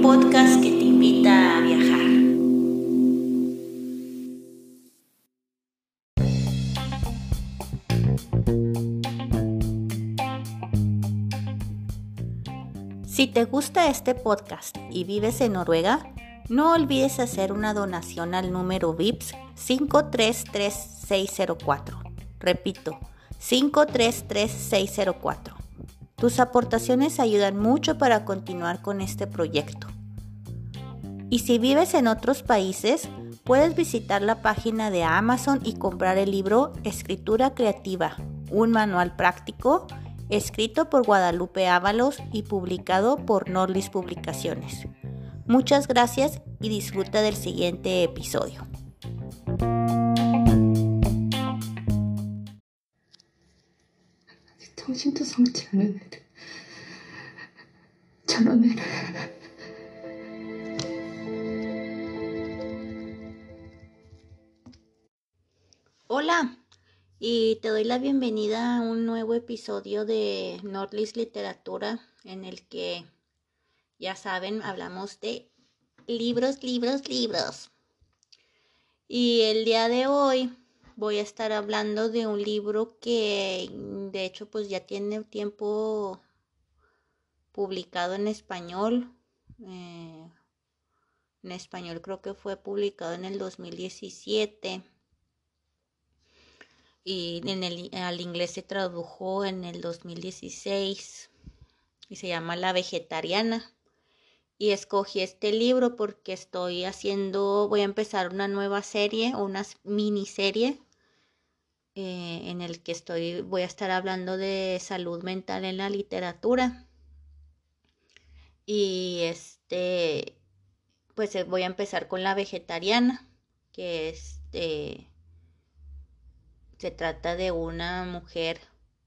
podcast que te invita a viajar. Si te gusta este podcast y vives en Noruega, no olvides hacer una donación al número VIPS 533604. Repito, 533604. Tus aportaciones ayudan mucho para continuar con este proyecto. Y si vives en otros países, puedes visitar la página de Amazon y comprar el libro Escritura Creativa, un manual práctico, escrito por Guadalupe Ábalos y publicado por Norlis Publicaciones. Muchas gracias y disfruta del siguiente episodio. 정신도 성치 않은 애를 저런 애를 Hola, y te doy la bienvenida a un nuevo episodio de Norlis Literatura, en el que, ya saben, hablamos de libros. Y el día de hoy voy a estar hablando de un libro que de hecho pues ya tiene tiempo publicado en español. En español creo que fue publicado en el 2017 y al inglés se tradujo en el 2016 y se llama La Vegetariana. Y escogí este libro porque voy a empezar una nueva serie o una miniserie en el que voy a estar hablando de salud mental en la literatura. Y pues voy a empezar con La Vegetariana, que se trata de una mujer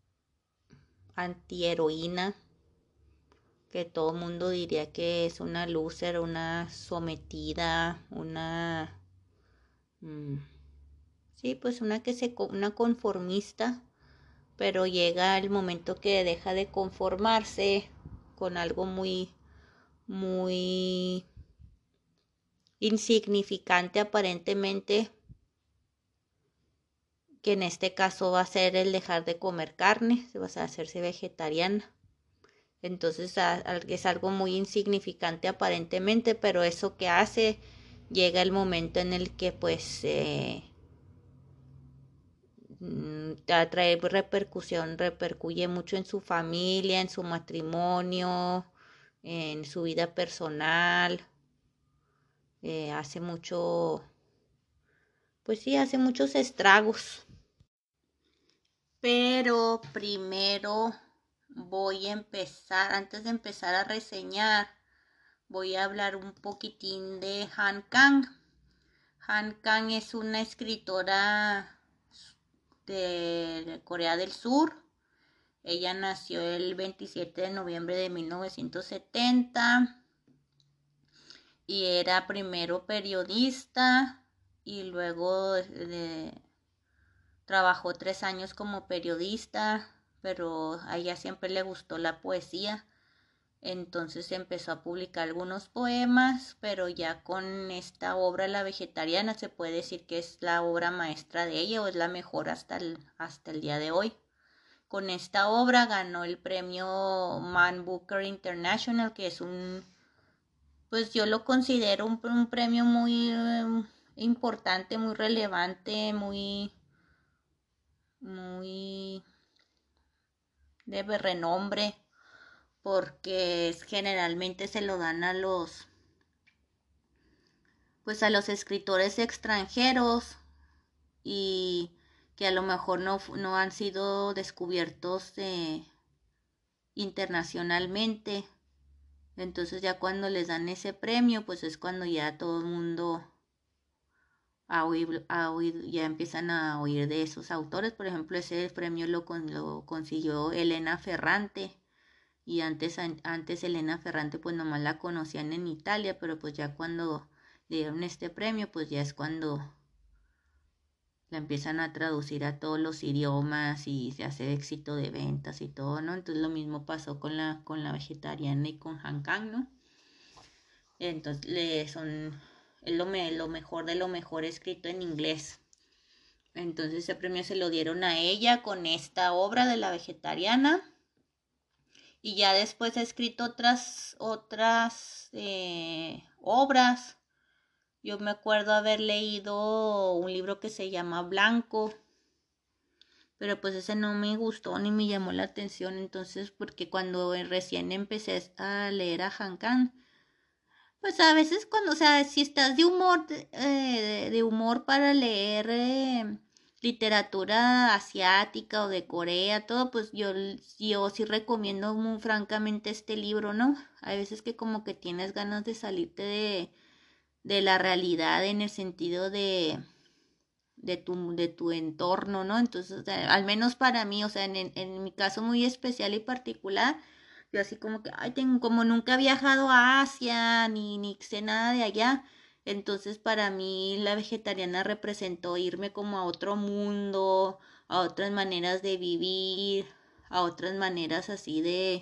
antiheroína que todo el mundo diría que es una loser, una sometida, una conformista, pero llega el momento que deja de conformarse con algo muy insignificante aparentemente, que en este caso va a ser el dejar de comer carne, va a hacerse vegetariana. Entonces es algo muy insignificante aparentemente, pero eso que hace, llega el momento en el que pues trae repercuye mucho en su familia, en su matrimonio, en su vida personal. Hace muchos estragos. Pero primero antes de empezar a reseñar, voy a hablar un poquitín de Han Kang. Han Kang es una escritora de Corea del Sur. Ella nació el 27 de noviembre de 1970 y era primero periodista y luego trabajó 3 años como periodista, pero a ella siempre le gustó la poesía. Entonces empezó a publicar algunos poemas, pero ya con esta obra, La Vegetariana, se puede decir que es la obra maestra de ella o es la mejor hasta el día de hoy. Con esta obra ganó el premio Man Booker International, que es pues yo lo considero un premio muy importante, muy relevante, muy de renombre, porque generalmente se lo dan a los escritores extranjeros y que a lo mejor no han sido descubiertos internacionalmente. Entonces ya cuando les dan ese premio, pues es cuando ya todo el mundo ya empiezan a oír de esos autores. Por ejemplo, ese premio lo consiguió Elena Ferrante. Y antes Elena Ferrante pues nomás la conocían en Italia, pero pues ya cuando le dieron este premio, pues ya es cuando la empiezan a traducir a todos los idiomas y se hace éxito de ventas y todo, ¿no? Entonces lo mismo pasó con la Vegetariana y con Han Kang, ¿no? Entonces es lo mejor de lo mejor escrito en inglés. Entonces ese premio se lo dieron a ella con esta obra de La Vegetariana. Y ya después ha escrito otras obras. Yo me acuerdo haber leído un libro que se llama Blanco, pero pues ese no me gustó ni me llamó la atención. Entonces, porque cuando recién empecé a leer a Han Kang, pues a veces cuando, o sea, si estás de humor para leer literatura asiática o de Corea, todo, pues yo sí recomiendo muy francamente este libro, ¿no? Hay veces que como que tienes ganas de salirte de la realidad en el sentido de tu entorno, ¿no? Entonces, o sea, al menos para mí, o sea, en mi caso muy especial y particular, yo así como que, ay, como nunca he viajado a Asia, ni sé nada de allá, entonces para mí la vegetariana representó irme como a otro mundo, a otras maneras de vivir, a otras maneras así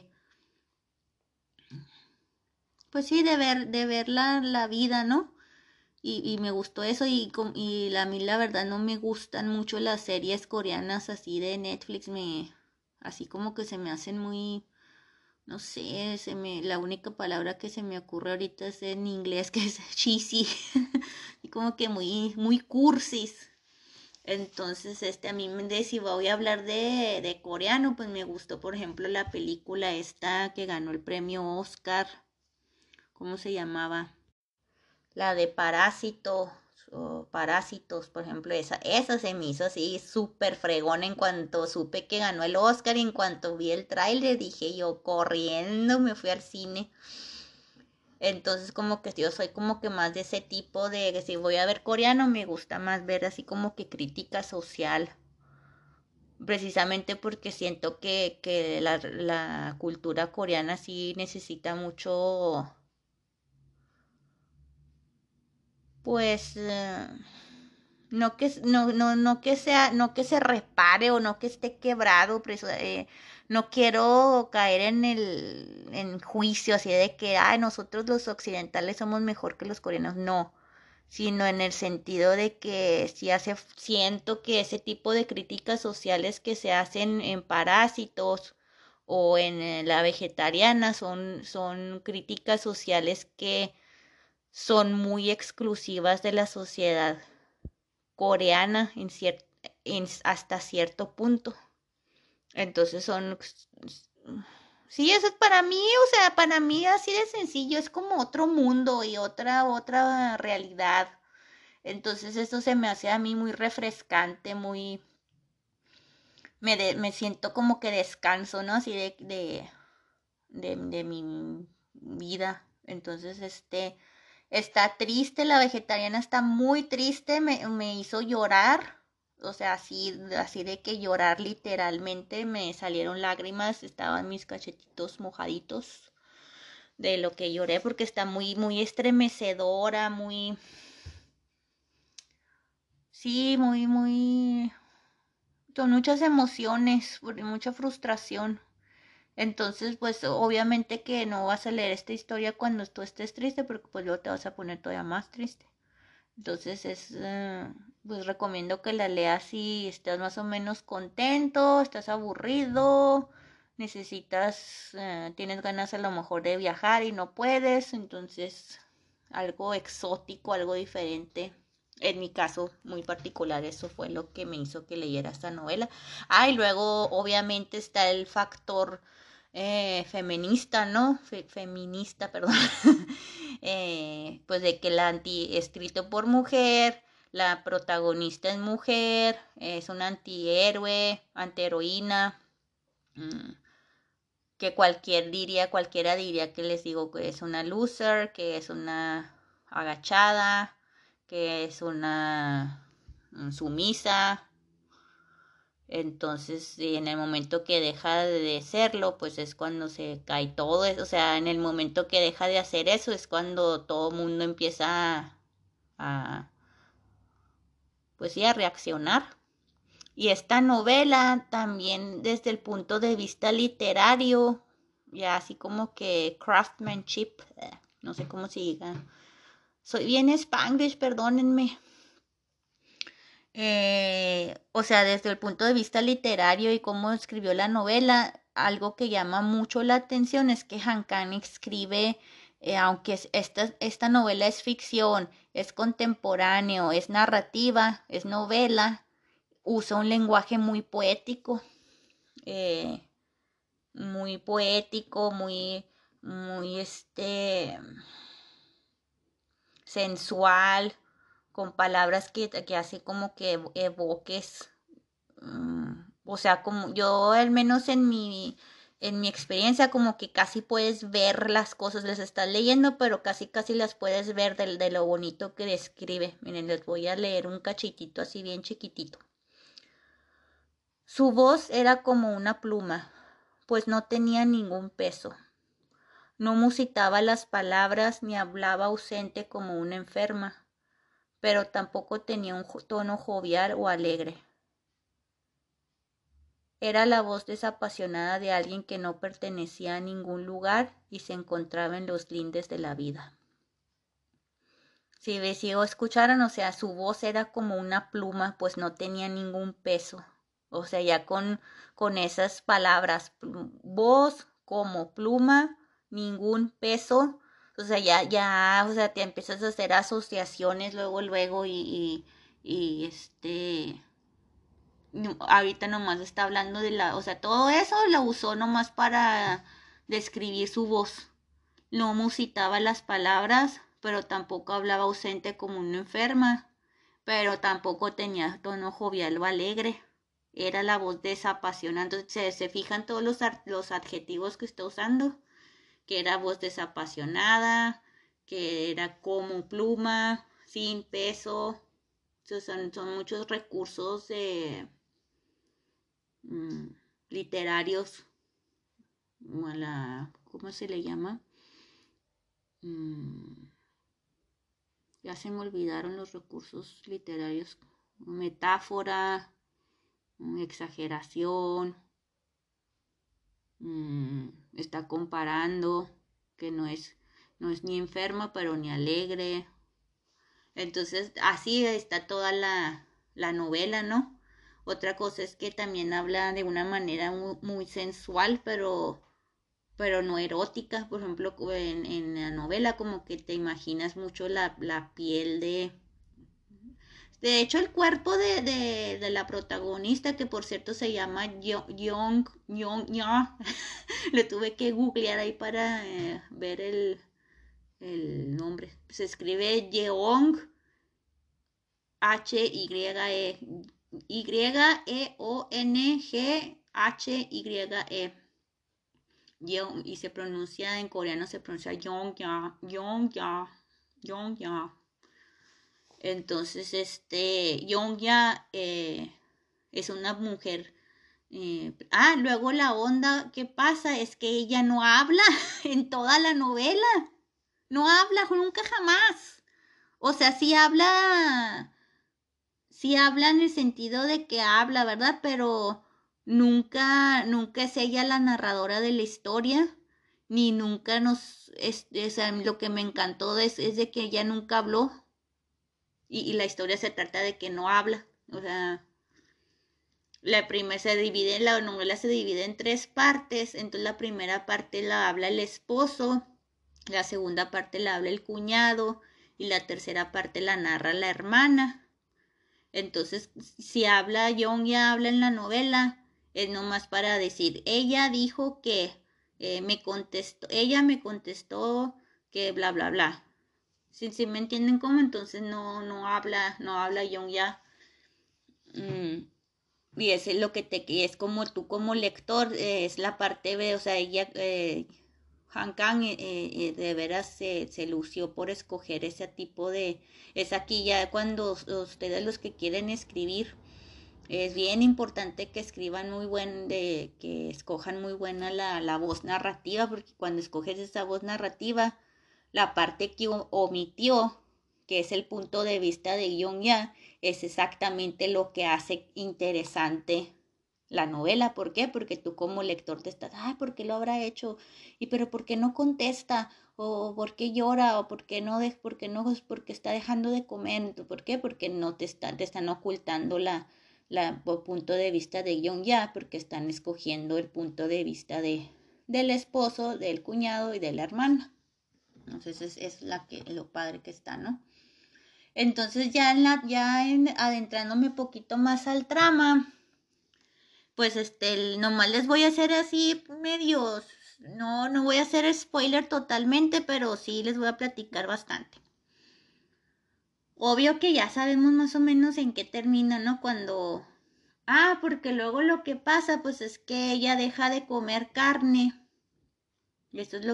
pues sí, de ver la vida, ¿no? Y me gustó eso y a mí la verdad no me gustan mucho las series coreanas así de Netflix, así como que se me hacen muy, no sé, la única palabra que se me ocurre ahorita es en inglés que es cheesy, y como que muy cursis. Entonces, a mí si voy a hablar de coreano, pues me gustó, por ejemplo, la película esta que ganó el premio Oscar, ¿cómo se llamaba? La de Parásito o Parásitos, por ejemplo, esa se me hizo así súper fregón en cuanto supe que ganó el Oscar, en cuanto vi el tráiler dije yo corriendo me fui al cine. Entonces como que yo soy como que más de ese tipo de que si voy a ver coreano me gusta más ver así como que crítica social, precisamente porque siento que la cultura coreana sí necesita mucho, pues no que se repare o no que esté quebrado, no quiero caer en juicio así de que ay, nosotros los occidentales somos mejor que los coreanos, no, sino en el sentido de que siento que ese tipo de críticas sociales que se hacen en Parásitos o en La Vegetariana son críticas sociales que son muy exclusivas de la sociedad coreana hasta cierto punto. Entonces sí, eso es para mí, o sea, para mí así de sencillo, es como otro mundo y otra realidad. Entonces eso se me hace a mí muy refrescante, me siento como que descanso, ¿no? Así de mi vida. Entonces, está triste, la vegetariana está muy triste, me hizo llorar, o sea, así de que llorar literalmente, me salieron lágrimas, estaban mis cachetitos mojaditos de lo que lloré porque está muy estremecedora, sí, con muchas emociones, mucha frustración. Entonces, pues obviamente que no vas a leer esta historia cuando tú estés triste, porque pues luego te vas a poner todavía más triste. Entonces pues recomiendo que la leas si estás más o menos contento, estás aburrido, tienes ganas a lo mejor de viajar y no puedes, entonces algo exótico, algo diferente. En mi caso muy particular, eso fue lo que me hizo que leyera esta novela. Y luego obviamente está el factor feminista, ¿no? Feminista, perdón. Pues de que escrito por mujer, la protagonista es mujer, es un antihéroe, antiheroína, mm, que cualquiera diría que les digo que es una loser, que es una agachada, que es una sumisa. Entonces, en el momento que deja de serlo, pues es cuando se cae todo eso. O sea, en el momento que deja de hacer eso es cuando todo el mundo empieza a, pues sí, a reaccionar. Y esta novela también desde el punto de vista literario, ya así como que craftsmanship, no sé cómo se diga. Soy bien Spanglish, perdónenme. O sea, desde el punto de vista literario y cómo escribió la novela, algo que llama mucho la atención es que Han Kang escribe, aunque esta novela es ficción, es contemporáneo, es narrativa, es novela, usa un lenguaje eh, muy poético, muy sensual, con palabras que hace como que evoques, o sea, como yo al menos en mi experiencia como que casi puedes ver las cosas, les estás leyendo, pero casi las puedes ver de lo bonito que describe. Miren, les voy a leer un cachitito así bien chiquitito. Su voz era como una pluma, pues no tenía ningún peso. No musitaba las palabras ni hablaba ausente como una enferma, pero tampoco tenía un tono jovial o alegre. Era la voz desapasionada de alguien que no pertenecía a ningún lugar y se encontraba en los lindes de la vida. Si escucharan, o sea, su voz era como una pluma, pues no tenía ningún peso. O sea, ya con esas palabras, voz como pluma, ningún peso. O sea, o sea, te empiezas a hacer asociaciones luego y ahorita nomás está hablando o sea, todo eso lo usó nomás para describir su voz. No musitaba las palabras, pero tampoco hablaba ausente como una enferma, pero tampoco tenía tono jovial o alegre. Era la voz desapasionada. Entonces, se fijan todos los adjetivos que está usando, que era voz desapasionada, que era como pluma, sin peso. Son muchos recursos literarios, ¿cómo se le llama? Ya se me olvidaron los recursos literarios. Metáfora, exageración, está comparando, que no es ni enferma, pero ni alegre. Entonces, así está toda la novela, ¿no? Otra cosa es que también habla de una manera muy sensual, pero no erótica. Por ejemplo, en la novela como que te imaginas mucho la piel de hecho, el cuerpo de la protagonista, que por cierto se llama Young, Ya, lo tuve que googlear ahí para ver el nombre. Se escribe Yeong, H-Y-E, Y-E-O-N-G-H-Y-E. Y se pronuncia en coreano, se pronuncia Young, Ya, Young, Ya, Young, Ya. Entonces, Young-ya es una mujer. Luego la onda que pasa es que ella no habla en toda la novela. No habla nunca jamás. O sea, sí habla en el sentido de que habla, ¿verdad? Pero nunca es ella la narradora de la historia. Ni nunca o sea, lo que me encantó es de que ella nunca habló. Y la historia se trata de que no habla. O sea, la novela se divide en tres partes. Entonces la primera parte la habla el esposo, la segunda parte la habla el cuñado y la tercera parte la narra la hermana. Entonces, si habla Young, ya habla en la novela, es nomás para decir, ella dijo que ella me contestó que bla, bla, bla. Si me entienden cómo, entonces no habla Young ya. Y es lo que es como tú como lector, es la parte B, o sea, ella, Han Kang de veras se lució por escoger ese tipo es aquí ya cuando ustedes los que quieren escribir, es bien importante que escriban que escojan muy buena la voz narrativa, porque cuando escoges esa voz narrativa, la parte que omitió, que es el punto de vista de Young Ya, es exactamente lo que hace interesante la novela. ¿Por qué? Porque tú como lector te estás, ¿por qué lo habrá hecho? ¿Pero por qué no contesta? o por qué llora, o por qué no, porque está dejando de comer. ¿Por qué? Porque no te están ocultando el punto de vista de Young-ya, porque están escogiendo el punto de vista del esposo, del cuñado y de la hermana. Entonces es lo padre que está, ¿no? Entonces adentrándome un poquito más al trama, pues nomás les voy a hacer así medios, no voy a hacer spoiler totalmente, pero sí les voy a platicar bastante. Obvio que ya sabemos más o menos en qué termina, ¿no? Porque luego lo que pasa, pues es que ella deja de comer carne. Y eso es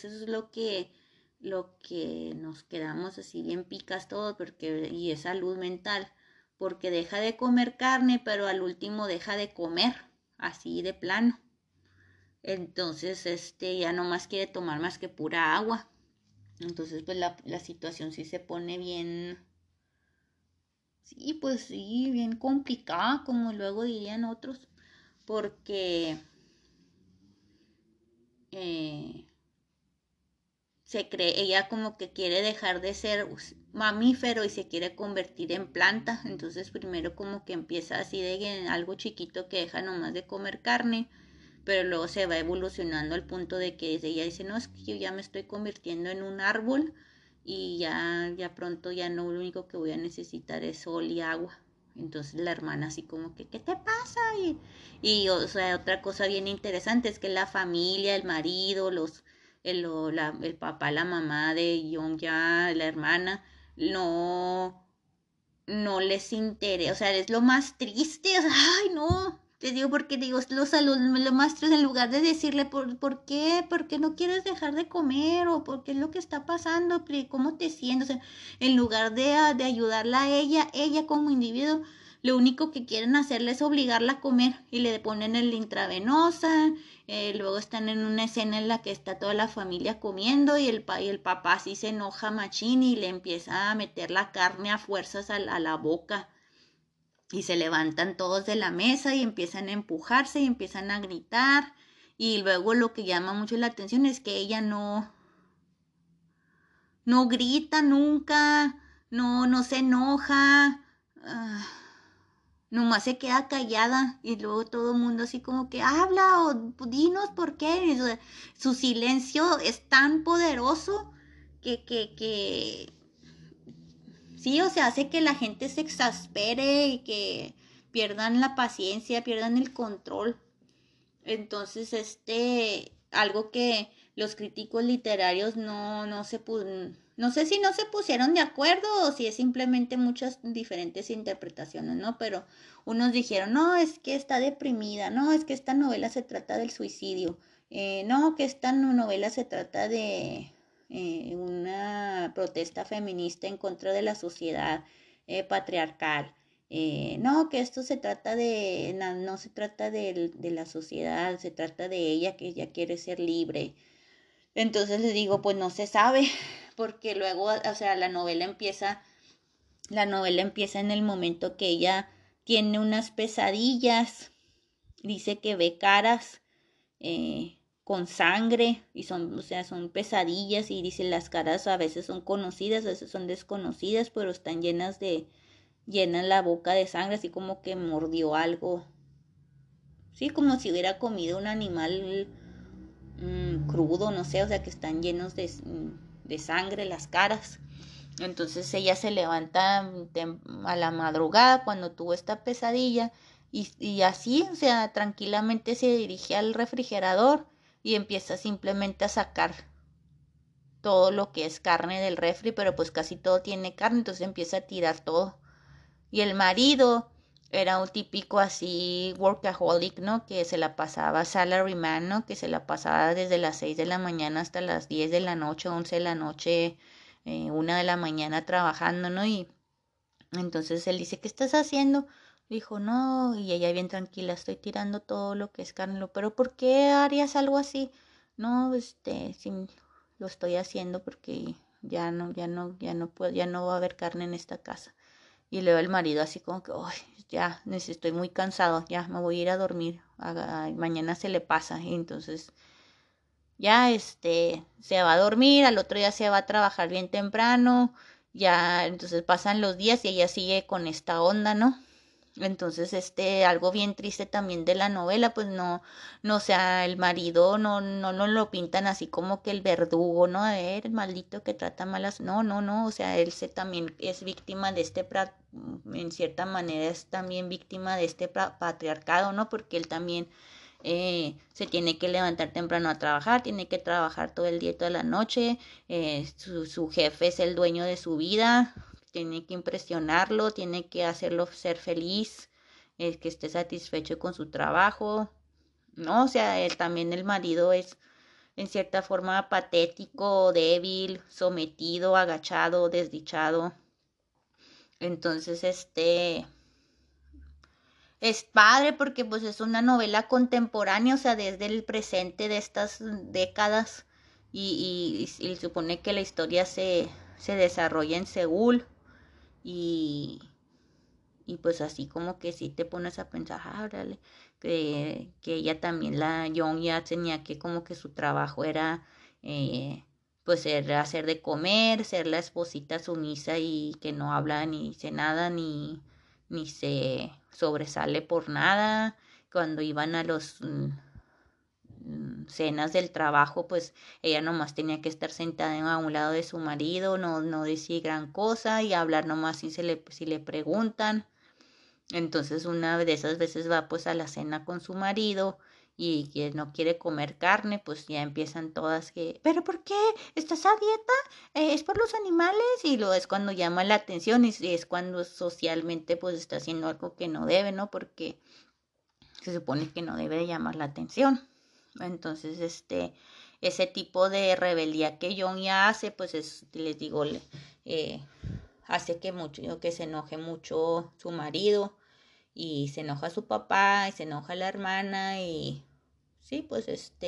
lo que nos quedamos así bien picas todos, y es salud mental, porque deja de comer carne, pero al último deja de comer, así de plano. Entonces, ya no más quiere tomar más que pura agua. Entonces, pues la situación sí se pone bien, sí, pues sí, bien complicada, como luego dirían otros, porque ella como que quiere dejar de ser mamífero y se quiere convertir en planta. Entonces primero como que empieza así de algo chiquito que deja nomás de comer carne, pero luego se va evolucionando al punto de que ella dice, no, es que yo ya me estoy convirtiendo en un árbol y ya pronto ya no, lo único que voy a necesitar es sol y agua. Entonces la hermana así como que, ¿qué te pasa? O sea, otra cosa bien interesante es que la familia, el marido, el papá, la mamá de Young-ya, la hermana, no les interesa, o sea, es lo más triste, o sea, ay, no, te digo porque digo, lo más triste, en lugar de decirle, ¿por qué no quieres dejar de comer? O ¿por qué es lo que está pasando? ¿Cómo te sientes? O sea, en lugar de ayudarla a ella como individuo, lo único que quieren hacerle es obligarla a comer y le ponen el intravenosa. Luego están en una escena en la que está toda la familia comiendo y el papá sí se enoja machín y le empieza a meter la carne a fuerzas a la boca. Y se levantan todos de la mesa y empiezan a empujarse y empiezan a gritar. Y luego lo que llama mucho la atención es que ella no grita nunca, no se enoja. Nomás se queda callada y luego todo el mundo así como que habla o dinos por qué. Su silencio es tan poderoso que sí, o sea, hace que la gente se exaspere y que pierdan la paciencia, pierdan el control. Entonces, algo que los críticos literarios no sé si no se pusieron de acuerdo o si es simplemente muchas diferentes interpretaciones, ¿no? Pero unos dijeron, no, es que está deprimida, no, es que esta novela se trata del suicidio, no, que esta novela se trata de una protesta feminista en contra de la sociedad patriarcal. No, que esto se trata no se trata de la sociedad, se trata de ella, que ella quiere ser libre. Entonces les digo, pues no se sabe, porque luego, o sea, la novela empieza en el momento que ella tiene unas pesadillas, dice que ve caras con sangre y o sea, son pesadillas y dice las caras a veces son conocidas, a veces son desconocidas, pero están llenan la boca de sangre, así como que mordió algo. Sí, como si hubiera comido un animal crudo, no sé, o sea, que están llenos de sangre las caras. Entonces ella se levanta a la madrugada cuando tuvo esta pesadilla y así, o sea, tranquilamente se dirige al refrigerador y empieza simplemente a sacar todo lo que es carne del refri, pero pues casi todo tiene carne, entonces empieza a tirar todo. Y el marido era un típico así workaholic, ¿no? Que se la pasaba salaryman, ¿no? Que se la pasaba desde las 6 de la mañana hasta las 10 de la noche, 11 de la noche, 1 de la mañana trabajando, ¿no? Y entonces él dice, ¿qué estás haciendo? Dijo, no, y ella bien tranquila, estoy tirando todo lo que es carne. Pero ¿por qué harías algo así? No, sí, lo estoy haciendo porque ya no va a haber carne en esta casa. Y luego el marido así como que, ay, ya, estoy muy cansado, ya me voy a ir a dormir, mañana se le pasa. Y entonces ya se va a dormir, al otro día se va a trabajar bien temprano, ya entonces pasan los días y ella sigue con esta onda, ¿no? Entonces, algo bien triste también de la novela, pues no, o sea, el marido no lo pintan así como que el verdugo, ¿no? A ver, el maldito que trata malas, no, o sea, él también es víctima de en cierta manera es también víctima de patriarcado, ¿no? Porque él también se tiene que levantar temprano a trabajar, tiene que trabajar todo el día y toda la noche, su jefe es el dueño de su vida, tiene que impresionarlo, tiene que hacerlo ser feliz, que esté satisfecho con su trabajo, ¿no? O sea, él también el marido es en cierta forma patético, débil, sometido, agachado, desdichado. Entonces, es padre porque pues es una novela contemporánea, o sea, desde el presente de estas décadas y supone que la historia se desarrolla en Seúl y, y pues así como que si te pones a pensar, órale, que ella también, la Young ya tenía que como que su trabajo era pues era hacer de comer, ser la esposita sumisa y que no habla ni dice nada ni se sobresale por nada. Cuando iban a los cenas del trabajo, pues ella nomás tenía que estar sentada a un lado de su marido, no decir gran cosa y hablar nomás si le preguntan. Entonces una de esas veces va pues a la cena con su marido y que no quiere comer carne, pues ya empiezan todas que, ¿pero por qué? ¿Estás a dieta? ¿Es por los animales? Y luego es cuando llama la atención y es cuando socialmente pues está haciendo algo que no debe, ¿no? Porque se supone que no debe de llamar la atención. Entonces, ese tipo de rebeldía que John ya hace, pues les digo, eh, hace que se enoje mucho su marido y se enoja su papá y se enoja la hermana y sí, pues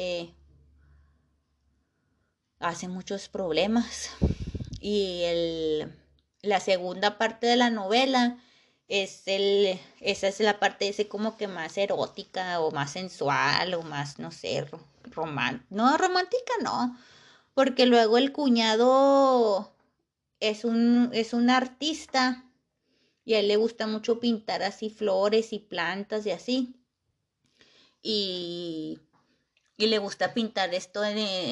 hace muchos problemas. Y la segunda parte de la novela esa es la parte ese como que más erótica o más sensual o más, no sé, no, romántica no, porque luego el cuñado es un artista y a él le gusta mucho pintar así flores y plantas y así. Y, y le gusta pintar esto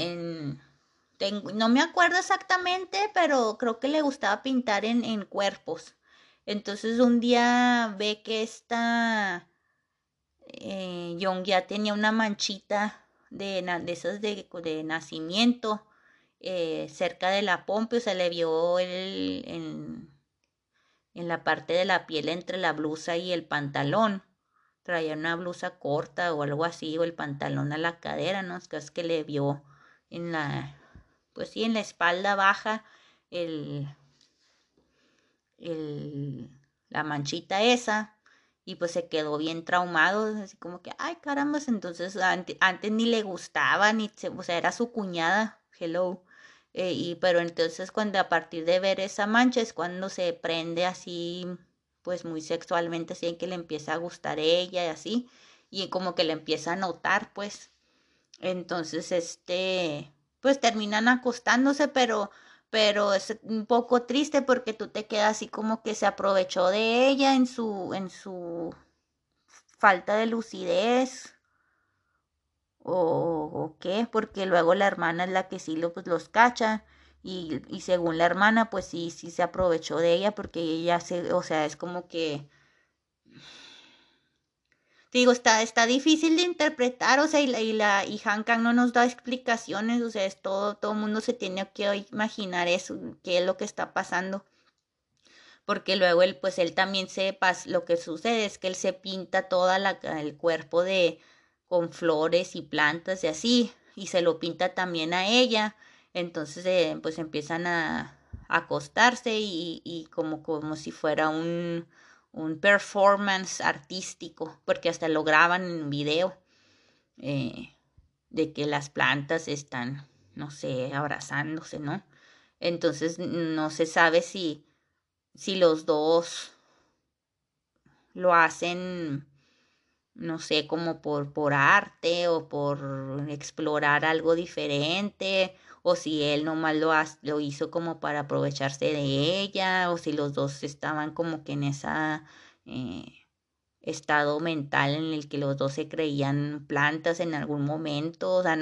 no me acuerdo exactamente, pero creo que le gustaba pintar en cuerpos. Entonces un día ve que Young ya tenía una manchita de esas de nacimiento cerca de la pompa, o sea, le vio en la parte de la piel entre la blusa y el pantalón. Traía una blusa corta o algo así, o el pantalón a la cadera, ¿no? Es que le vio en pues sí, en la espalda baja el, la manchita esa y pues se quedó bien traumado, así como que, ay caramba, entonces antes ni le gustaba, o sea, era su cuñada, hello, pero entonces cuando a partir de ver esa mancha es cuando se prende así, pues muy sexualmente, así que le empieza a gustar ella y así, y como que le empieza a notar, pues, entonces pues terminan acostándose, pero es un poco triste porque tú te quedas así como que se aprovechó de ella en su falta de lucidez o qué, porque luego la hermana es la que sí pues, los cacha y según la hermana pues sí se aprovechó de ella porque ella o sea, es como que te digo, está difícil de interpretar, o sea, y Han Kang no nos da explicaciones, o sea, todo el mundo se tiene que imaginar eso, qué es lo que está pasando. Porque luego pues él también lo que sucede es que él se pinta toda el cuerpo con flores y plantas y así, y se lo pinta también a ella, entonces pues empiezan a acostarse y como si fuera un performance artístico, porque hasta lo graban en video, eh, de que las plantas están, no sé, abrazándose, ¿no? Entonces no se sabe si los dos lo hacen no sé, como por arte o por explorar algo diferente, o si él nomás lo hizo como para aprovecharse de ella, o si los dos estaban como que en esa eh, estado mental en el que los dos se creían plantas en algún momento. O sea,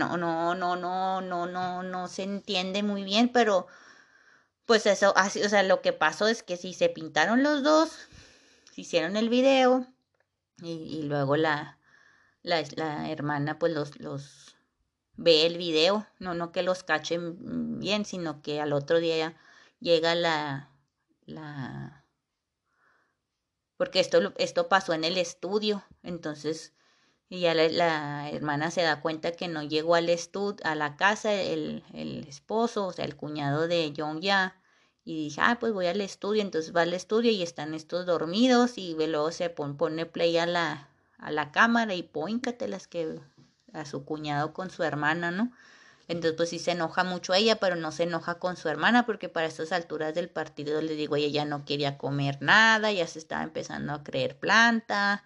no se entiende muy bien, pero pues eso, así, o sea, lo que pasó es que si se pintaron los dos, se hicieron el video y luego la hermana pues los ve el video, no que los cachen bien, sino que al otro día llega la porque esto pasó en el estudio, entonces y ya la hermana se da cuenta que no llegó a la casa el esposo, o sea, el cuñado de Jong Ya, y dije, pues voy al estudio, entonces va al estudio y están estos dormidos y luego se pone play a la cámara y las que a su cuñado con su hermana, ¿no? Entonces, pues sí se enoja mucho ella, pero no se enoja con su hermana porque para estas alturas del partido, le digo, ella ya no quería comer nada, ya se estaba empezando a creer planta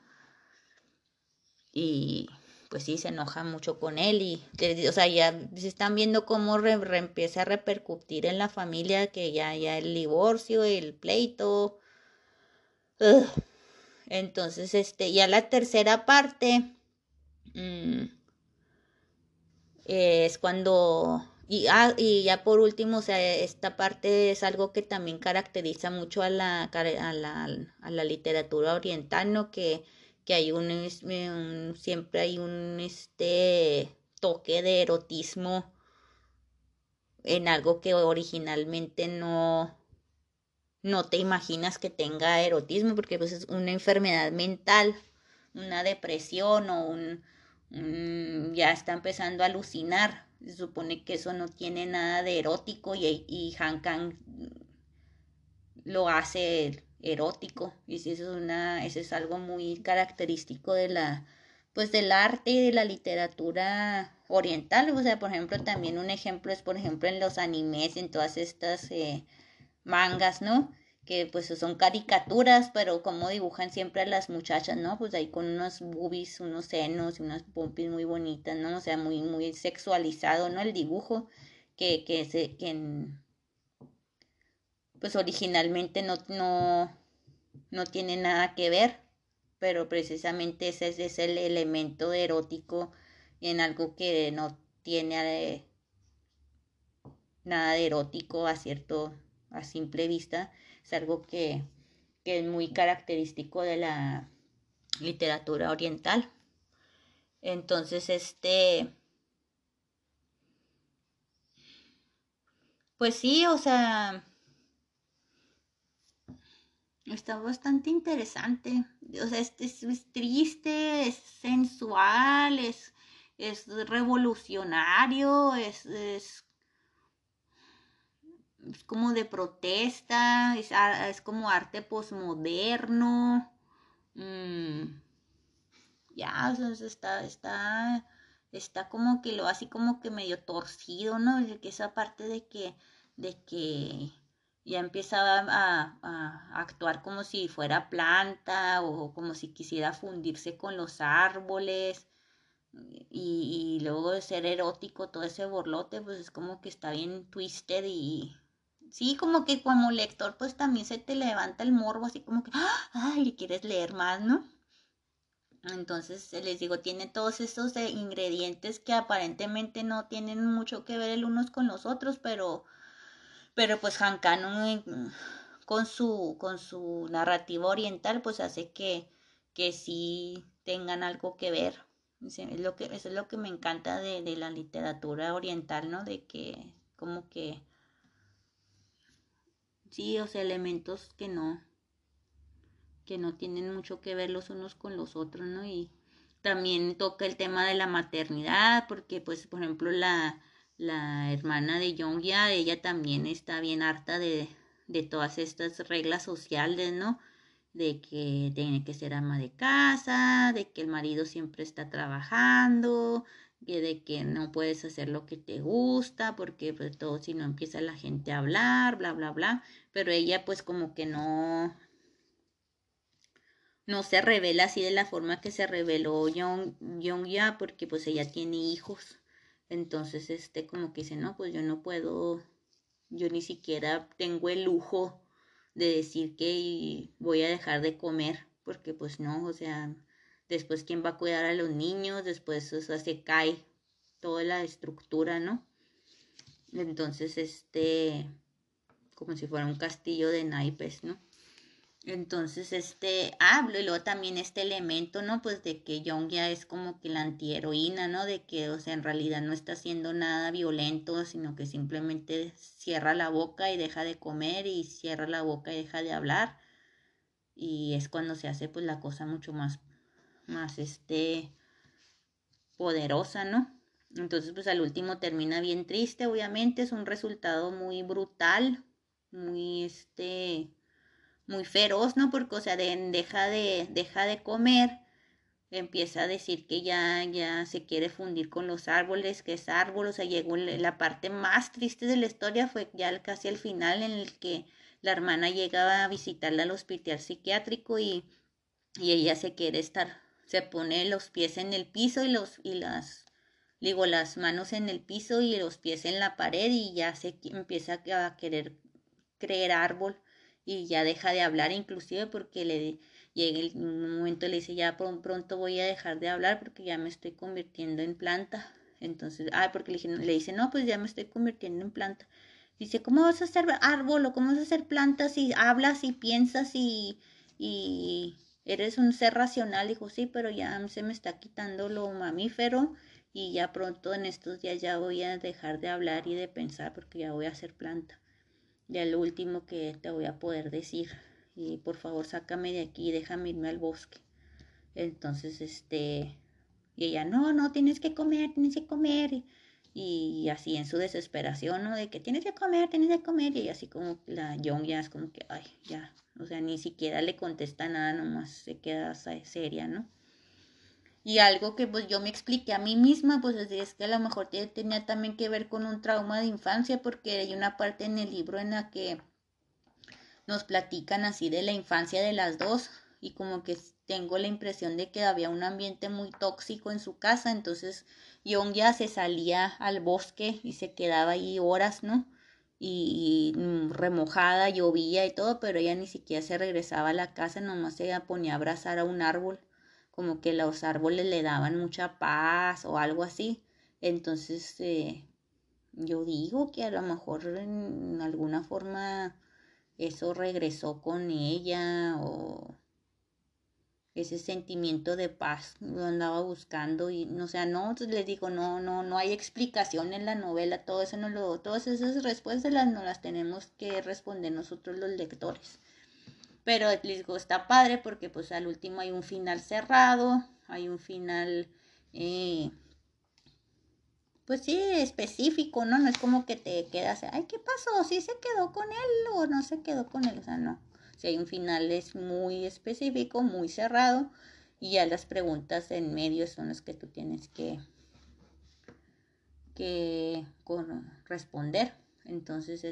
y pues sí se enoja mucho con él o sea, ya se están viendo cómo empieza a repercutir en la familia, que ya el divorcio, el pleito. Ugh. Entonces, ya la tercera parte es cuando y ya por último, o sea, esta parte es algo que también caracteriza mucho a la literatura oriental, ¿no? Que hay siempre hay un toque de erotismo en algo que originalmente no te imaginas que tenga erotismo, porque pues es una enfermedad mental, una depresión o ya está empezando a alucinar. Se supone que eso no tiene nada de erótico y Han Kang lo hace erótico. Y si eso es algo muy característico pues del arte y de la literatura oriental. O sea, por ejemplo, también un ejemplo es, por ejemplo, en los animes, en todas estas mangas, ¿no? Que pues son caricaturas, pero como dibujan siempre a las muchachas, ¿no? Pues ahí con unos boobies, unos senos y unas pompis muy bonitas, ¿no? O sea, muy sexualizado, ¿no? El dibujo que pues originalmente no tiene nada que ver, pero precisamente ese es el elemento erótico en algo que no tiene nada de erótico a simple vista. Es algo que es muy característico de la literatura oriental. Entonces, pues sí, o sea, está bastante interesante. O sea, es triste, es sensual, es revolucionario, es como de protesta, es como arte posmoderno. Mm, ya, o sea, está como que lo así como que medio torcido, ¿no? Que esa parte de que ya empezaba a actuar como si fuera planta o como si quisiera fundirse con los árboles y luego de ser erótico todo ese borlote, pues es como que está bien twisted y sí, como que como lector pues también se te levanta el morbo así como que, ay, quieres leer más, ¿no? Entonces, les digo, tiene todos estos ingredientes que aparentemente no tienen mucho que ver el unos con los otros, pero pues Hankano con su narrativa oriental, pues hace que sí tengan algo que ver. Eso es lo que me encanta de la literatura oriental, ¿no? De que como que sí, o sea, elementos que no tienen mucho que ver los unos con los otros, ¿no? Y también toca el tema de la maternidad, porque pues, por ejemplo, la hermana de Yongya, ella también está bien harta de todas estas reglas sociales, ¿no? De que tiene que ser ama de casa, de que el marido siempre está trabajando, de que no puedes hacer lo que te gusta, porque pues todo si no empieza la gente a hablar, bla, bla, bla, pero ella pues como que no se revela así de la forma que se reveló Young porque pues ella tiene hijos. Entonces, como que dice, no, pues yo no puedo, yo ni siquiera tengo el lujo de decir que voy a dejar de comer, porque pues no, o sea, después quién va a cuidar a los niños, después, o sea, se cae toda la estructura, ¿no? Entonces, como si fuera un castillo de naipes, ¿no? Entonces, y luego también este elemento, ¿no? Pues de que Young ya es como que la antiheroína, ¿no? De que, o sea, en realidad no está haciendo nada violento, sino que simplemente cierra la boca y deja de comer y cierra la boca y deja de hablar. Y es cuando se hace, pues, la cosa mucho más, poderosa, ¿no? Entonces, pues, al último termina bien triste, obviamente, es un resultado muy brutal, muy, muy feroz, ¿no? Porque, o sea, deja de comer, empieza a decir que ya se quiere fundir con los árboles, que es árbol, o sea, llegó la parte más triste de la historia, fue ya casi al final en el que la hermana llega a visitarla al hospital psiquiátrico y ella se quiere se pone los pies en el piso las manos en el piso y los pies en la pared y ya se empieza a querer creer árbol y ya deja de hablar inclusive porque le llega un momento le dice ya pronto voy a dejar de hablar porque ya me estoy convirtiendo en planta. Entonces, porque le dice, no, pues ya me estoy convirtiendo en planta. Dice, ¿cómo vas a ser árbol o cómo vas a ser planta si hablas y piensas y eres un ser racional? Dijo, sí, pero ya se me está quitando lo mamífero y ya pronto en estos días ya voy a dejar de hablar y de pensar porque ya voy a ser planta. Ya lo último que te voy a poder decir. Y por favor sácame de aquí, déjame irme al bosque. Entonces, y ella, no, tienes que comer, tienes que comer. Y así en su desesperación, ¿no? De que tienes que comer, tienes que comer. Y así como la Young ya es como que, ay, ya. O sea, ni siquiera le contesta nada, nomás se queda seria, ¿no? Y algo que pues yo me expliqué a mí misma, pues es que a lo mejor tenía también que ver con un trauma de infancia, porque hay una parte en el libro en la que nos platican así de la infancia de las dos y como que tengo la impresión de que había un ambiente muy tóxico en su casa, entonces Young ya se salía al bosque y se quedaba ahí horas, ¿no? Y remojada, llovía y todo, pero ella ni siquiera se regresaba a la casa, nomás se ponía a abrazar a un árbol, como que los árboles le daban mucha paz o algo así. Entonces, yo digo que a lo mejor en alguna forma eso regresó con ella o ese sentimiento de paz lo andaba buscando y no, o sea, no, entonces les digo, no hay explicación en la novela, todo eso todas esas respuestas no las tenemos que responder nosotros los lectores. Pero les digo, está padre porque pues al último hay un final cerrado, hay un final pues sí, específico, ¿no? No es como que te quedas, ay, ¿qué pasó? ¿Sí se quedó con él o no se quedó con él? O sea, no. Si hay un final es muy específico, muy cerrado, y ya las preguntas en medio son las que tú tienes que responder. Entonces,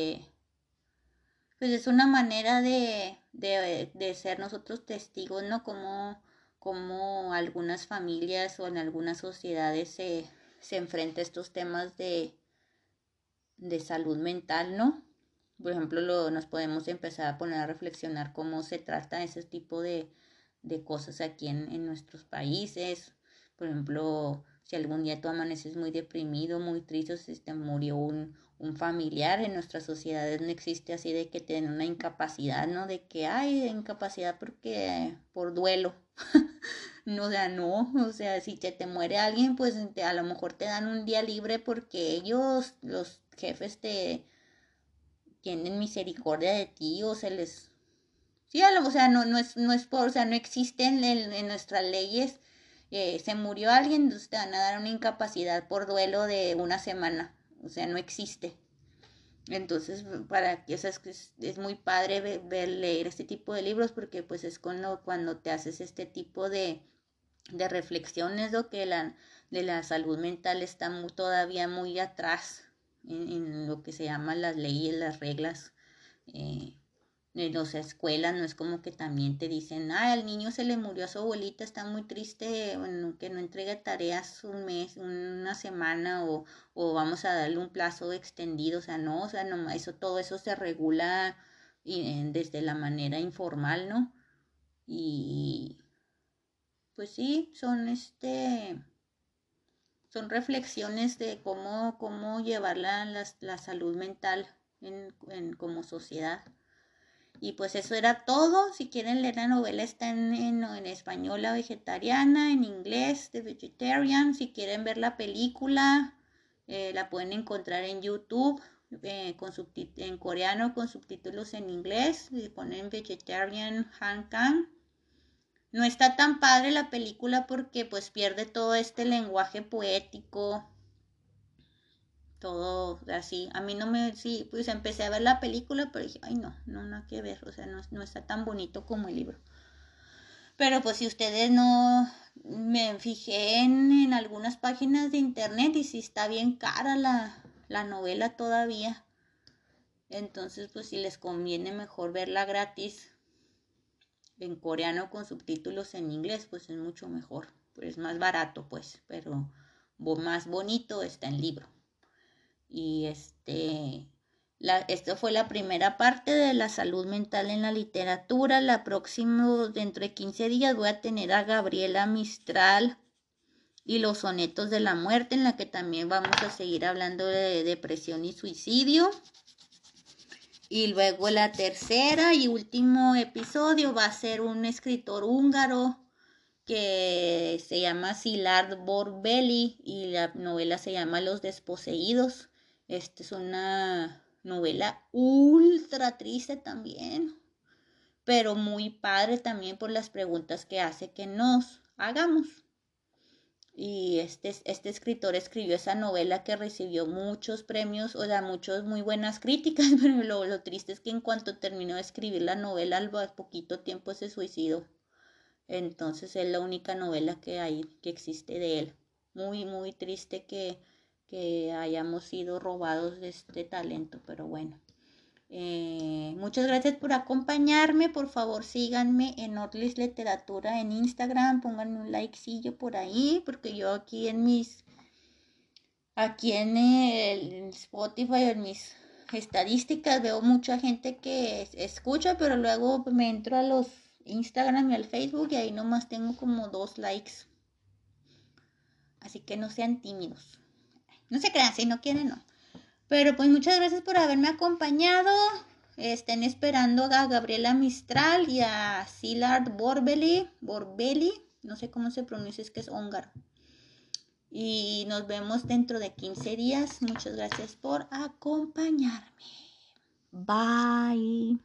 pues es una manera de ser nosotros testigos, ¿no? Como algunas familias o en algunas sociedades se enfrenta a estos temas de salud mental, ¿no? Por ejemplo, nos podemos empezar a poner a reflexionar cómo se trata ese tipo de cosas aquí en nuestros países. Por ejemplo, si algún día tú amaneces muy deprimido, muy triste, si te murió un familiar, en nuestras sociedades no existe así de que te den una incapacidad, ¿no? De que hay incapacidad porque por duelo. No, o sea, no, o sea, si te muere alguien, pues a lo mejor te dan un día libre porque ellos, los jefes, te tienen misericordia de ti o se les... Sí, o sea, no es por, o sea, no existen en nuestras leyes, se murió alguien, entonces te van a dar una incapacidad por duelo de una semana, o sea, no existe. Entonces, para que, o sea, es muy padre leer este tipo de libros porque pues es cuando te haces este tipo de reflexiones, lo que de la salud mental está todavía muy atrás en lo que se llaman las leyes, las reglas, eh, en las escuelas no es como que también te dicen, al niño se le murió a su abuelita, está muy triste, bueno, que no entregue tareas un mes, una semana o vamos a darle un plazo extendido, o sea, no, eso, todo eso se regula desde la manera informal, ¿no? Y pues sí, son reflexiones de cómo llevar la salud mental como sociedad. Y pues eso era todo. Si quieren leer la novela está en español, La Vegetariana, en inglés, The Vegetarian. Si quieren ver la película, la pueden encontrar en YouTube, en coreano con subtítulos en inglés. Y ponen Vegetarian Han Kang. No está tan padre la película porque pues pierde todo este lenguaje poético, todo así. A mí no me, sí, pues empecé a ver la película, pero dije, ay no, nada que ver, o sea, no está tan bonito como el libro. Pero pues si ustedes no, me fijé en algunas páginas de internet y si está bien cara la novela todavía. Entonces pues si les conviene mejor verla gratis en coreano con subtítulos en inglés, pues es mucho mejor. Pues es más barato pues, pero más bonito está en libro. Y esta fue la primera parte de la salud mental en la literatura. La próxima, dentro de 15 días, voy a tener a Gabriela Mistral y los sonetos de la muerte, en la que también vamos a seguir hablando de depresión y suicidio. Y luego la tercera y último episodio va a ser un escritor húngaro que se llama Szilárd Borbély y la novela se llama Los Desposeídos. Es una novela ultra triste también, pero muy padre también por las preguntas que hace que nos hagamos. Y este escritor escribió esa novela que recibió muchos premios, o sea, muchas muy buenas críticas, pero lo triste es que en cuanto terminó de escribir la novela, al poquito tiempo se suicidó. Entonces es la única novela que existe de él. Muy, muy triste que hayamos sido robados de este talento, pero bueno. Muchas gracias por acompañarme. Por favor, síganme en Orlis Literatura en Instagram. Pónganme un likecillo por ahí, porque yo aquí en el Spotify, en mis estadísticas, veo mucha gente que escucha, pero luego me entro a los Instagram y al Facebook y ahí nomás tengo como 2 likes. Así que no sean tímidos. No se crean, si no quieren, no. Pero pues muchas gracias por haberme acompañado. Estén esperando a Gabriela Mistral y a Szilárd Borbély. No sé cómo se pronuncia, es que es húngaro. Y nos vemos dentro de 15 días. Muchas gracias por acompañarme. Bye.